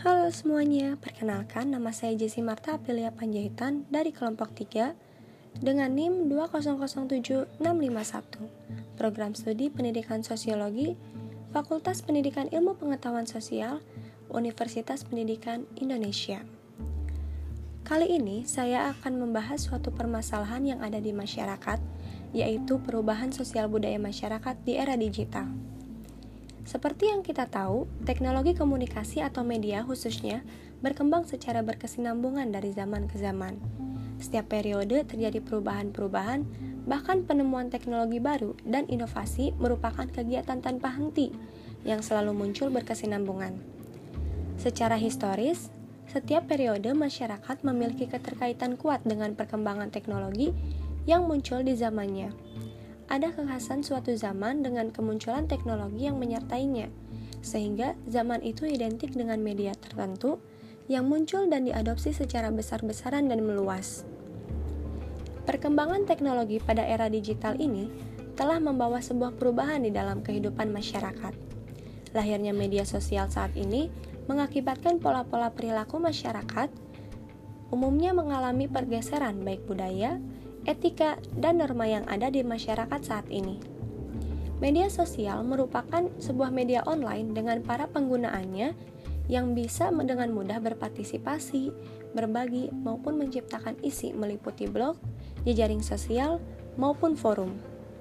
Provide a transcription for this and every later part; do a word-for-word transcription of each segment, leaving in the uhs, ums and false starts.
Halo semuanya, perkenalkan nama saya Jessi Marta Aprilia Panjaitan dari kelompok tiga dengan N I M dua nol nol tujuh enam lima satu, Program Studi Pendidikan Sosiologi, Fakultas Pendidikan Ilmu Pengetahuan Sosial, Universitas Pendidikan Indonesia. Kali ini saya akan membahas suatu permasalahan yang ada di masyarakat, yaitu perubahan sosial budaya masyarakat di era digital. Seperti yang kita tahu, teknologi komunikasi atau media khususnya berkembang secara berkesinambungan dari zaman ke zaman. Setiap periode terjadi perubahan-perubahan, bahkan penemuan teknologi baru dan inovasi merupakan kegiatan tanpa henti yang selalu muncul berkesinambungan. Secara historis, setiap periode masyarakat memiliki keterkaitan kuat dengan perkembangan teknologi yang muncul di zamannya. Ada kekhasan suatu zaman dengan kemunculan teknologi yang menyertainya, sehingga zaman itu identik dengan media tertentu yang muncul dan diadopsi secara besar-besaran dan meluas. Perkembangan teknologi pada era digital ini telah membawa sebuah perubahan di dalam kehidupan masyarakat. Lahirnya media sosial saat ini mengakibatkan pola-pola perilaku masyarakat umumnya mengalami pergeseran baik budaya, etika, dan norma yang ada di masyarakat saat ini. Media sosial merupakan sebuah media online dengan para penggunaannya yang bisa dengan mudah berpartisipasi, berbagi, maupun menciptakan isi meliputi blog, jejaring sosial, maupun forum.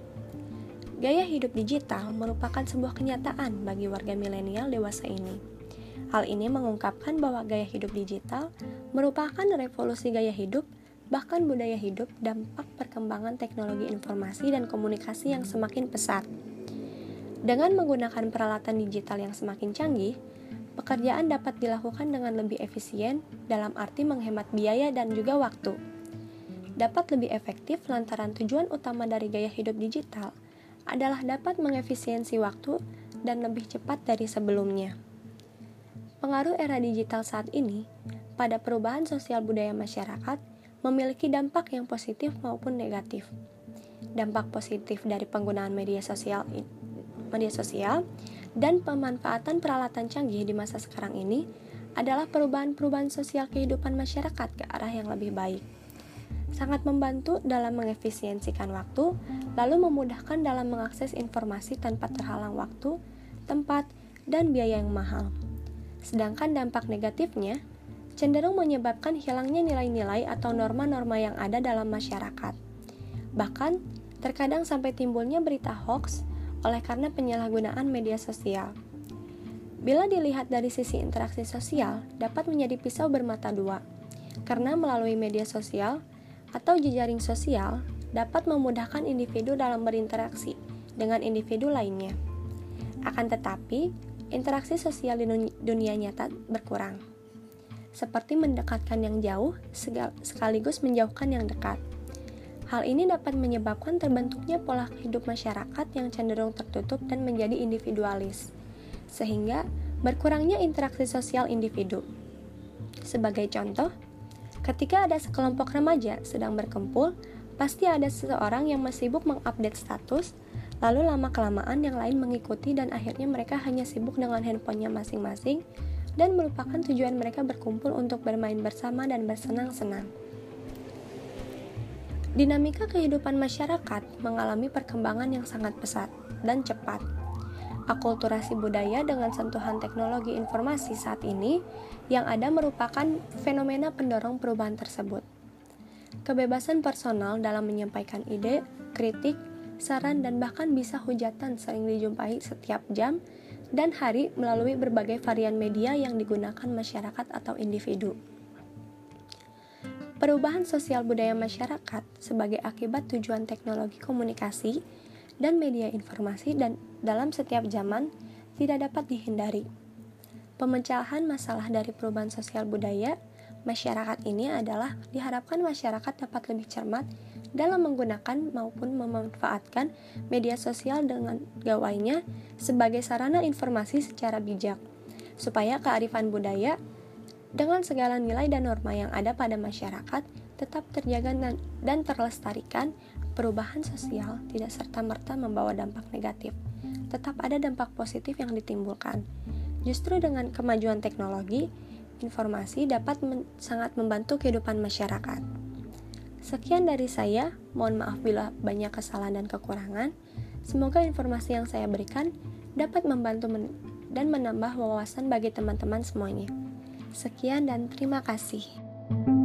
Gaya hidup digital merupakan sebuah kenyataan bagi warga milenial dewasa ini. Hal ini mengungkapkan bahwa gaya hidup digital merupakan revolusi gaya hidup bahkan budaya hidup dampak perkembangan teknologi informasi dan komunikasi yang semakin pesat. Dengan menggunakan peralatan digital yang semakin canggih, pekerjaan dapat dilakukan dengan lebih efisien dalam arti menghemat biaya dan juga waktu. Dapat lebih efektif lantaran tujuan utama dari gaya hidup digital adalah dapat mengefisiensi waktu dan lebih cepat dari sebelumnya. Pengaruh era digital saat ini pada perubahan sosial budaya masyarakat memiliki dampak yang positif maupun negatif. Dampak positif dari penggunaan media sosial media sosial dan pemanfaatan peralatan canggih di masa sekarang ini adalah perubahan-perubahan sosial kehidupan masyarakat ke arah yang lebih baik. Sangat membantu dalam mengefisiensikan waktu, lalu memudahkan dalam mengakses informasi tanpa terhalang waktu, tempat, dan biaya yang mahal. Sedangkan dampak negatifnya cenderung menyebabkan hilangnya nilai-nilai atau norma-norma yang ada dalam masyarakat. Bahkan, terkadang sampai timbulnya berita hoax oleh karena penyalahgunaan media sosial. Bila dilihat dari sisi interaksi sosial, dapat menjadi pisau bermata dua, karena melalui media sosial atau jejaring sosial dapat memudahkan individu dalam berinteraksi dengan individu lainnya. Akan tetapi, interaksi sosial di dunia nyata berkurang, seperti mendekatkan yang jauh sekaligus menjauhkan yang dekat. Hal ini dapat menyebabkan terbentuknya pola hidup masyarakat yang cenderung tertutup dan menjadi individualis, sehingga berkurangnya interaksi sosial individu. Sebagai contoh, ketika ada sekelompok remaja sedang berkumpul, pasti ada seseorang yang masih sibuk mengupdate status, lalu lama-kelamaan yang lain mengikuti dan akhirnya mereka hanya sibuk dengan handphonenya masing-masing dan merupakan tujuan mereka berkumpul untuk bermain bersama dan bersenang-senang. Dinamika kehidupan masyarakat mengalami perkembangan yang sangat pesat dan cepat. Akulturasi budaya dengan sentuhan teknologi informasi saat ini yang ada merupakan fenomena pendorong perubahan tersebut. Kebebasan personal dalam menyampaikan ide, kritik, saran, dan bahkan bisa hujatan sering dijumpai setiap jam dan hari melalui berbagai varian media yang digunakan masyarakat atau individu. Perubahan sosial budaya masyarakat sebagai akibat tujuan teknologi komunikasi dan media informasi dan dalam setiap zaman tidak dapat dihindari. Pemecahan masalah dari perubahan sosial budaya masyarakat ini adalah diharapkan masyarakat dapat lebih cermat dalam menggunakan maupun memanfaatkan media sosial dengan gawainya sebagai sarana informasi secara bijak, supaya kearifan budaya dengan segala nilai dan norma yang ada pada masyarakat tetap terjaga dan terlestarikan. Perubahan sosial tidak serta-merta membawa dampak negatif, tetap ada dampak positif yang ditimbulkan. Justru dengan kemajuan teknologi, informasi dapat men- sangat membantu kehidupan masyarakat. Sekian dari saya, mohon maaf bila banyak kesalahan dan kekurangan. Semoga informasi yang saya berikan dapat membantu men- dan menambah wawasan bagi teman-teman semuanya. Sekian dan terima kasih.